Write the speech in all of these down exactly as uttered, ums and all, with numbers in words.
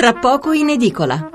Tra poco in edicola.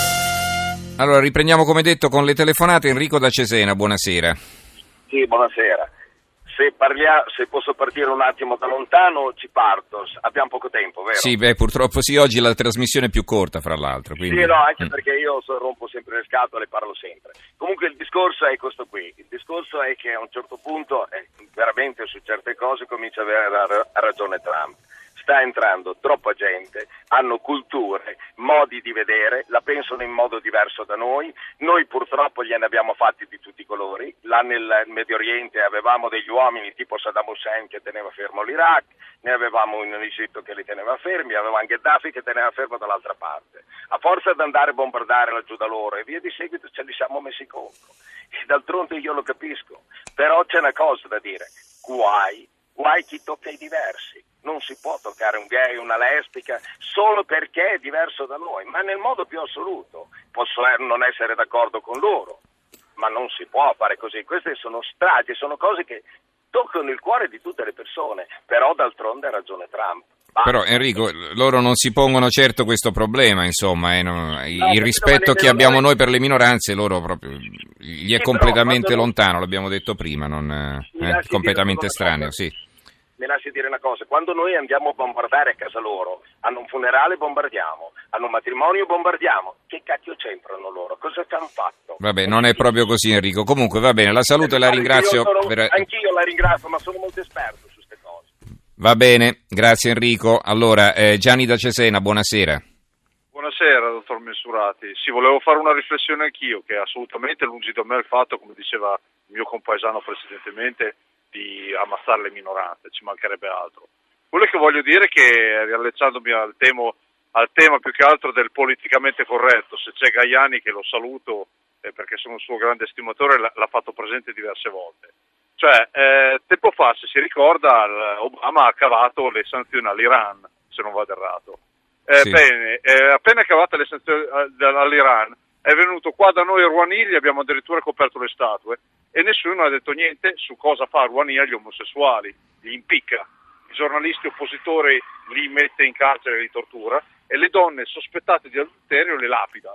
Allora, riprendiamo come detto con le telefonate. Enrico da Cesena, buonasera. Sì, buonasera. Se, parlia, se posso partire un attimo da lontano, ci parto. Abbiamo poco tempo, vero? Sì, beh, purtroppo sì, oggi la trasmissione è più corta, fra l'altro. Quindi... Sì, no, anche mm. perché io so, rompo sempre le scatole e parlo sempre. Comunque il discorso è questo qui. Il discorso è che a un certo punto, eh, veramente su certe cose, comincia a avere ragione Trump. Sta entrando troppa gente, hanno culture, modi di vedere, la pensano in modo diverso da noi. Noi purtroppo gliene abbiamo fatti di tutti i colori. Là nel Medio Oriente avevamo degli uomini tipo Saddam Hussein che teneva fermo l'Iraq, ne avevamo in Egitto che li teneva fermi, avevamo Gheddafi che teneva fermo dall'altra parte. A forza di andare a bombardare laggiù da loro e via di seguito ce li siamo messi contro. E d'altronde io lo capisco, però c'è una cosa da dire: guai, guai chi tocca i diversi. Non si può toccare un gay, una lesbica, solo perché è diverso da noi, ma nel modo più assoluto. Posso non essere d'accordo con loro, ma non si può fare così. Queste sono stragi, sono cose che toccano il cuore di tutte le persone, però d'altronde ha ragione Trump. Basta. Però Enrico, loro non si pongono certo questo problema, insomma, eh, no, il no, rispetto che abbiamo noi... noi per le minoranze, loro proprio gli è sì, completamente però, lontano, l'abbiamo detto prima, non eh, completamente estraneo, sì. Mi lasci dire una cosa: quando noi andiamo a bombardare a casa loro, hanno un funerale, bombardiamo, hanno un matrimonio, bombardiamo, che cacchio c'entrano loro? Cosa ci hanno fatto? Vabbè, non è proprio così, Enrico. Comunque va bene, la saluto e la ringrazio. Sono, per... Anch'io la ringrazio, ma sono molto esperto su queste cose. Va bene, grazie Enrico. Allora, eh, Gianni da Cesena, buonasera. Buonasera, dottor Mensurati. Sì, volevo fare una riflessione anch'io, che è assolutamente lungi da me il fatto, come diceva il mio compaesano precedentemente, di ammazzare le minoranze, ci mancherebbe altro. Quello che voglio dire è che, riallacciandomi al tema, al tema più che altro del politicamente corretto, se c'è Gaiani, che lo saluto eh, perché sono un suo grande estimatore, l'ha, l'ha fatto presente diverse volte. Cioè, eh, tempo fa, se si ricorda, Obama ha cavato le sanzioni all'Iran, se non vado errato. Eh, sì. Bene, eh, appena cavate le sanzioni all'Iran, è venuto qua da noi a Rouhani, gli abbiamo addirittura coperto le statue, e nessuno ha detto niente su cosa fa Rouhani agli omosessuali, li impicca, i giornalisti oppositori li mette in carcere e li tortura, e le donne sospettate di adulterio le lapida.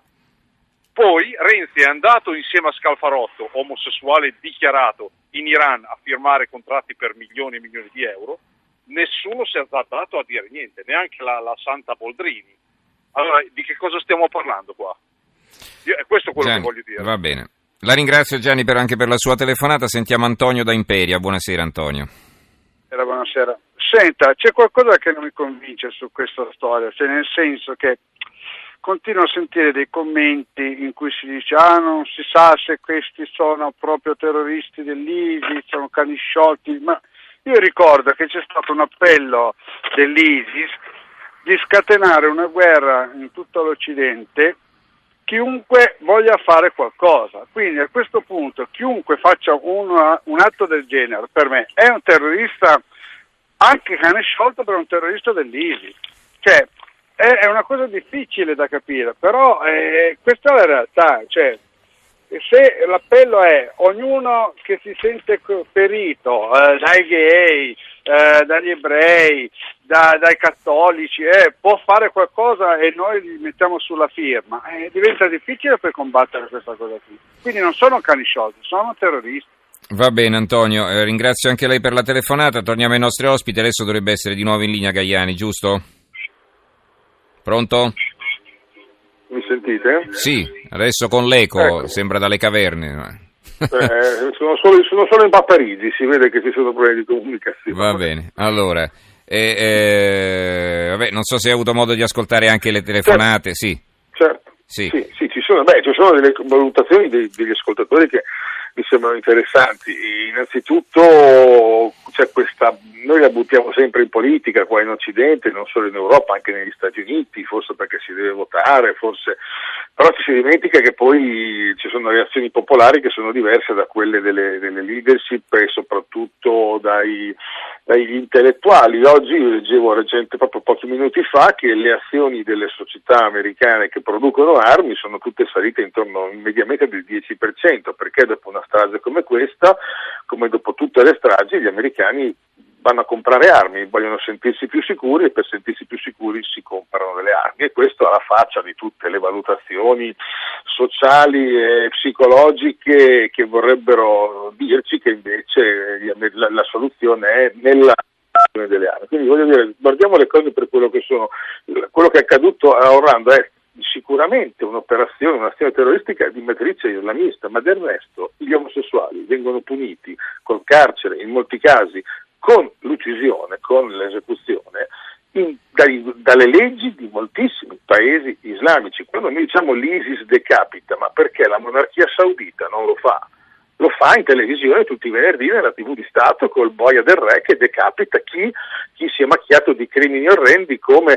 Poi Renzi è andato insieme a Scalfarotto, omosessuale dichiarato, in Iran a firmare contratti per milioni e milioni di euro. Nessuno si è azzardato a dire niente, neanche la, la Santa Boldrini. Allora, di che cosa stiamo parlando qua? Io, è questo quello Gianni, che voglio dire. Va bene. La ringrazio Gianni per, anche per la sua telefonata. Sentiamo Antonio da Imperia. Buonasera Antonio. Buonasera. Senta, c'è qualcosa che non mi convince su questa storia, cioè nel senso che continuo a sentire dei commenti in cui si dice ah non si sa se questi sono proprio terroristi dell'ISIS, sono cani sciolti, ma io ricordo che c'è stato un appello dell'ISIS di scatenare una guerra in tutto l'Occidente chiunque voglia fare qualcosa. Quindi a questo punto chiunque faccia un, un atto del genere per me è un terrorista, anche cane sciolto, per un terrorista dell'ISIS. Cioè è, è una cosa difficile da capire, però eh, questa è la realtà. Cioè, se l'appello è ognuno che si sente ferito eh, dai gay, eh, dagli ebrei, da, dai cattolici, eh, può fare qualcosa e noi li mettiamo sulla firma, eh, diventa difficile per combattere questa cosa qui. Quindi non sono cani sciolti, sono terroristi. Va bene Antonio, eh, ringrazio anche lei per la telefonata. Torniamo ai nostri ospiti. Adesso dovrebbe essere di nuovo in linea Gaiani, giusto? Pronto? Mi sentite? Sì, adesso con l'eco, ecco. Sembra dalle caverne. Eh, sono, solo, sono solo in Parigi, si vede che ci sono problemi di comunicazione. Va bene, allora, eh, eh, vabbè, non so se hai avuto modo di ascoltare anche le telefonate, certo. sì. Certo, sì. Sì, sì, ci sono, beh, ci sono delle valutazioni dei, degli ascoltatori che mi sembrano interessanti. Innanzitutto c'è questa, noi la buttiamo sempre in politica qua in Occidente, non solo in Europa, anche negli Stati Uniti, forse perché si deve votare, forse, però ci si dimentica che poi ci sono reazioni popolari che sono diverse da quelle delle, delle leadership e soprattutto dai, dagli intellettuali. Oggi io leggevo recente, proprio pochi minuti fa, che le azioni delle società americane che producono armi sono tutte salite intorno mediamente del dieci per cento, perché dopo una strage come questa, come dopo tutte le stragi, gli americani vanno a comprare armi, vogliono sentirsi più sicuri e per sentirsi più sicuri si comprano delle armi, e questo alla faccia di tutte le valutazioni sociali e psicologiche che vorrebbero dirci che invece la, la soluzione è nella delle armi. Quindi voglio dire, guardiamo le cose per quello che sono. Quello che è accaduto a Orlando è sicuramente un'operazione, un'azione terroristica di matrice islamista, ma del resto gli omosessuali vengono puniti col carcere, in molti casi con l'uccisione, con l'esecuzione, in, dai, dalle leggi di moltissimi paesi islamici. Quando noi diciamo l'ISIS decapita, ma perché la monarchia saudita non lo fa? Lo fa in televisione tutti i venerdì nella tivù di Stato col boia del re che decapita chi, chi si è macchiato di crimini orrendi come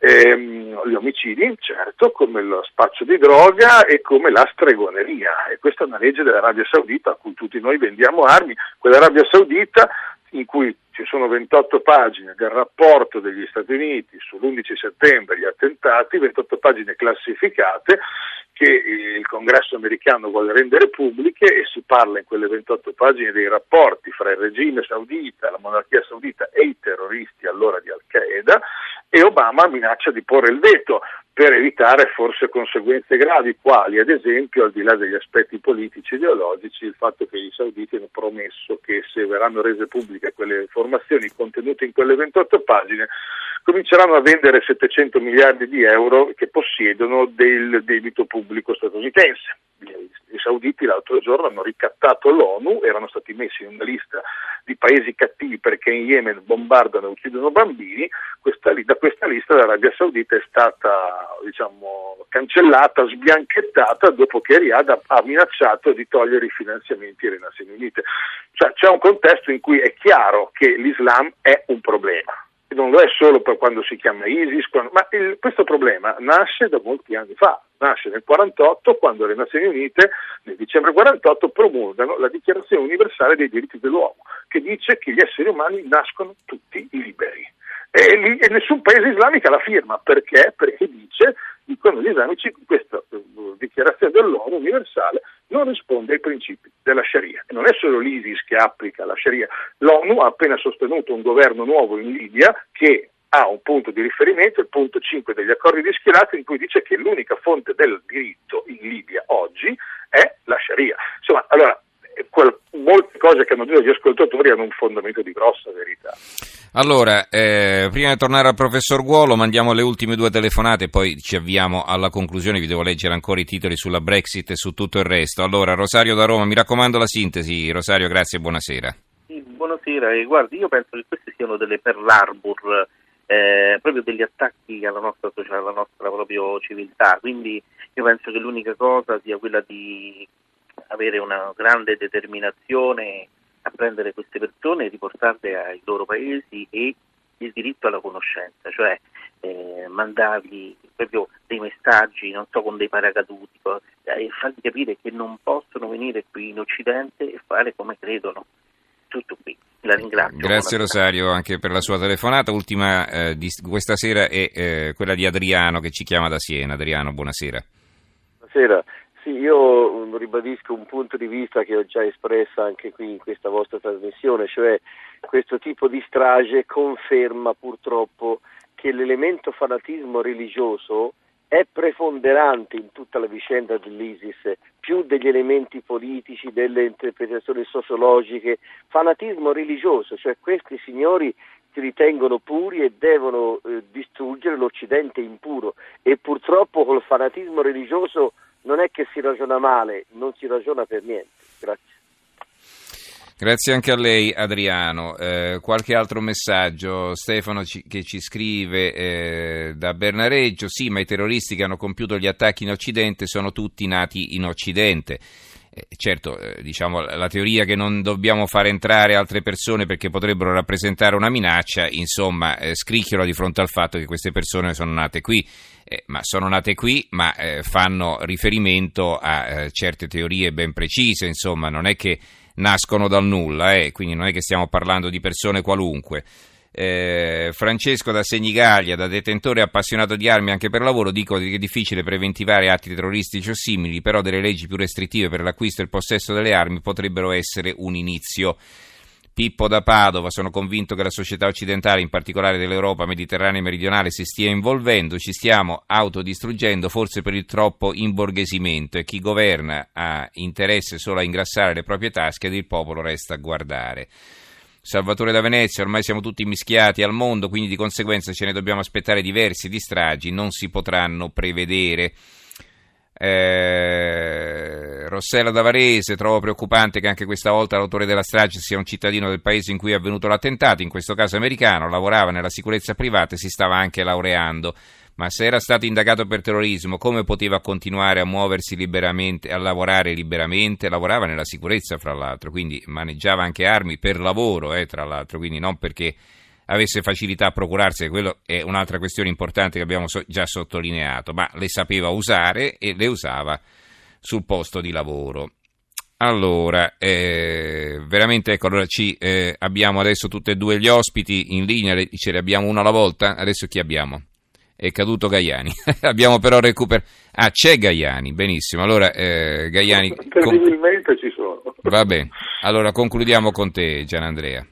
ehm, gli omicidi, certo, come lo spaccio di droga e come la stregoneria. E questa è una legge dell'Arabia Saudita a cui tutti noi vendiamo armi. Quell'Arabia Saudita in cui ci sono ventotto pagine del rapporto degli Stati Uniti sull'undici settembre, gli attentati, ventotto pagine classificate che il Congresso americano vuole rendere pubbliche, e si parla in quelle ventotto pagine dei rapporti fra il regime saudita, la monarchia saudita e i terroristi allora di Al-Qaeda, e Obama minaccia di porre il veto per evitare forse conseguenze gravi, quali ad esempio, al di là degli aspetti politici e ideologici, il fatto che i sauditi hanno promesso che se verranno rese pubbliche quelle informazioni contenute in quelle ventotto pagine, cominceranno a vendere settecento miliardi di euro che possiedono del debito pubblico statunitense. I sauditi l'altro giorno hanno ricattato l'ONU, erano stati messi in una lista di paesi cattivi perché in Yemen bombardano e uccidono bambini. Questa, da questa lista l'Arabia Saudita è stata, diciamo, cancellata, sbianchettata dopo che Riyadh ha, ha minacciato di togliere i finanziamenti alle Nazioni Unite. Cioè c'è un contesto in cui è chiaro che l'Islam è un problema. Non lo è solo per quando si chiama ISIS, quando, ma il, questo problema nasce da molti anni fa, nasce nel quarantotto, quando le Nazioni Unite nel dicembre quarantotto promulgano la Dichiarazione Universale dei Diritti dell'Uomo, che dice che gli esseri umani nascono tutti liberi. E, lì, e nessun paese islamico la firma, perché? Perché dice, dicono gli islamici, questa uh, Dichiarazione dell'ONU universale non risponde ai principi della Sharia. E non è solo l'ISIS che applica la Sharia. L'ONU ha appena sostenuto un governo nuovo in Libia che ha un punto di riferimento, il punto cinque degli accordi di Schierati, in cui dice che l'unica fonte del diritto in Libia oggi è la Sharia. Insomma, allora, quel, molte cose che hanno detto gli ascoltatori hanno un fondamento di grossa verità. Allora, eh, prima di tornare al professor Guolo, mandiamo le ultime due telefonate e poi ci avviamo alla conclusione. Vi devo leggere ancora i titoli sulla Brexit e su tutto il resto. Allora, Rosario da Roma, mi raccomando la sintesi. Rosario, grazie e buonasera. Sì, buonasera. E guardi, io penso che questi siano delle Pearl Harbor, eh, proprio degli attacchi alla nostra società, alla nostra proprio civiltà. Quindi io penso che l'unica cosa sia quella di avere una grande determinazione a prendere queste persone e riportarle ai loro paesi, e il diritto alla conoscenza, cioè eh, mandargli proprio dei messaggi, non so, con dei paracaduti, e fargli capire che non possono venire qui in Occidente e fare come credono. Tutto qui. La ringrazio. Grazie Rosario anche per la sua telefonata. Ultima eh, di questa sera è eh, quella di Adriano che ci chiama da Siena. Adriano, buonasera. Buonasera. Sì, io ribadisco un punto di vista che ho già espresso anche qui in questa vostra trasmissione, cioè questo tipo di strage conferma purtroppo che l'elemento fanatismo religioso è preponderante in tutta la vicenda dell'ISIS, più degli elementi politici, delle interpretazioni sociologiche. Fanatismo religioso, cioè questi signori si ritengono puri e devono eh, distruggere l'Occidente impuro, e purtroppo col fanatismo religioso non è che si ragiona male, non si ragiona per niente. Grazie. Grazie anche a lei Adriano. Eh, qualche altro messaggio? Stefano ci, che ci scrive eh, da Bernareggio: sì, ma i terroristi che hanno compiuto gli attacchi in Occidente sono tutti nati in Occidente. Eh, certo, eh, diciamo la teoria che non dobbiamo fare entrare altre persone perché potrebbero rappresentare una minaccia, insomma, eh, scricchiola di fronte al fatto che queste persone sono nate qui. Eh, ma sono nate qui, ma eh, fanno riferimento a eh, certe teorie ben precise, insomma, non è che nascono dal nulla, eh, quindi non è che stiamo parlando di persone qualunque. Eh, Francesco da Senigallia, da detentore appassionato di armi anche per lavoro, dico che è difficile preventivare atti terroristici o simili, però delle leggi più restrittive per l'acquisto e il possesso delle armi potrebbero essere un inizio. Pippo da Padova, sono convinto che la società occidentale, in particolare dell'Europa mediterranea e meridionale, si stia involvendo, ci stiamo autodistruggendo, forse per il troppo imborghesimento, e chi governa ha interesse solo a ingrassare le proprie tasche ed il popolo resta a guardare. Salvatore da Venezia, ormai siamo tutti mischiati al mondo, quindi di conseguenza ce ne dobbiamo aspettare diversi di stragi, non si potranno prevedere. Eh, Rossella da Varese, trovo preoccupante che anche questa volta l'autore della strage sia un cittadino del paese in cui è avvenuto l'attentato, in questo caso americano, lavorava nella sicurezza privata e si stava anche laureando. Ma se era stato indagato per terrorismo, come poteva continuare a muoversi liberamente, a lavorare liberamente? Lavorava nella sicurezza, fra l'altro, quindi maneggiava anche armi per lavoro, eh, tra l'altro, quindi non perché avesse facilità a procurarsi, quello è un'altra questione importante che abbiamo so- già sottolineato, ma le sapeva usare e le usava sul posto di lavoro. Allora, eh, veramente, ecco, allora ci eh, abbiamo adesso tutti e due gli ospiti in linea, le, ce li abbiamo una alla volta, adesso chi abbiamo? È caduto Gaiani, abbiamo però recuperato, ah c'è Gaiani, benissimo, allora eh, Gaiani... Incredibilmente con... ci sono. Va bene, allora concludiamo con te Gianandrea.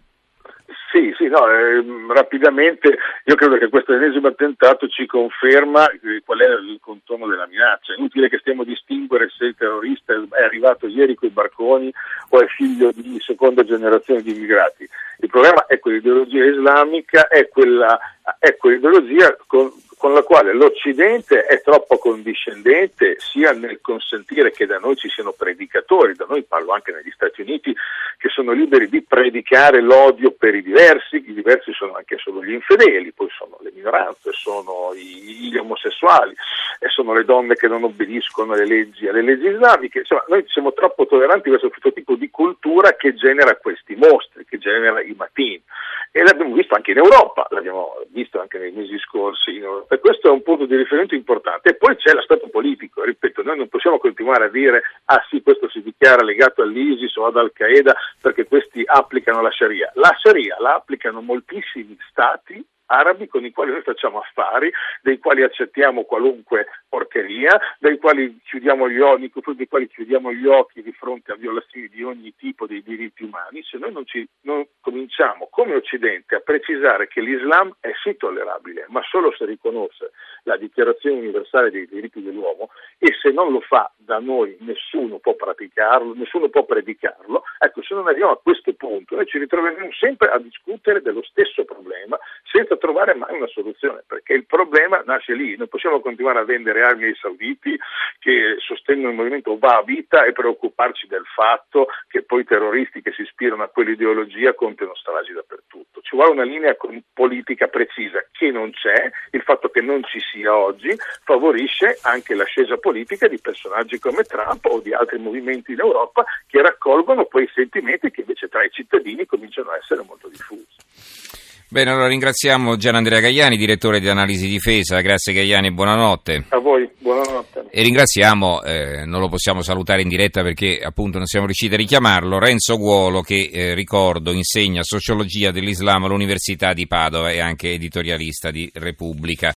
Sì, sì, no, eh, rapidamente io credo che questo ennesimo attentato ci conferma eh, qual è il contorno della minaccia. È inutile che stiamo a distinguere se il terrorista è arrivato ieri coi barconi o è figlio di seconda generazione di immigrati. Il problema è quell'ideologia islamica, è quella è quell'ideologia con, con la quale l'Occidente è troppo condiscendente sia nel consentire che da noi ci siano predicatori, da noi parlo anche negli Stati Uniti, che sono liberi di predicare l'odio per i diversi, i diversi sono anche solo gli infedeli, poi sono le minoranze, sono i, gli omosessuali e sono le donne che non obbediscono alle leggi, alle leggi islamiche. Insomma, noi siamo troppo tolleranti verso questo tipo di cultura che genera questi mostri, che genera i matini. E l'abbiamo visto anche in Europa, l'abbiamo visto anche nei mesi scorsi in Europa, e questo è un punto di riferimento importante. E poi c'è l'aspetto politico, ripeto, noi non possiamo continuare a dire ah sì, questo si dichiara legato all'ISIS o ad Al-Qaeda perché questi applicano la Sharia. La Sharia la applicano moltissimi stati arabi con i quali noi facciamo affari, dei quali accettiamo qualunque porcheria, dei quali chiudiamo gli occhi, dei quali chiudiamo gli occhi di fronte a violazioni di ogni tipo dei diritti umani. Se noi non, ci, non cominciamo come Occidente a precisare che l'Islam è sì tollerabile, ma solo se riconosce la Dichiarazione universale dei diritti dell'uomo, e se non lo fa da noi nessuno può praticarlo, nessuno può predicarlo, ecco, se non arriviamo a questo punto noi ci ritroveremo sempre a discutere dello stesso problema senza trovare mai una soluzione, perché il problema nasce lì. Non possiamo continuare a vendere armi ai sauditi che sostengono il movimento Wahhabita e preoccuparci del fatto che poi i terroristi che si ispirano a quell'ideologia compiono stragi dappertutto. Ci vuole una linea politica precisa che non c'è. Il fatto che non ci sia oggi favorisce anche l'ascesa politica di personaggi come Trump o di altri movimenti in Europa che raccolgono quei sentimenti che invece tra i cittadini cominciano a essere molto diffusi. Bene, allora ringraziamo Gianandrea Gaiani, direttore di Analisi Difesa. Grazie Gaiani, buonanotte. A voi, buonanotte. E ringraziamo, eh, non lo possiamo salutare in diretta perché appunto non siamo riusciti a richiamarlo, Renzo Guolo che, eh, ricordo, insegna sociologia dell'Islam all'Università di Padova e anche editorialista di Repubblica.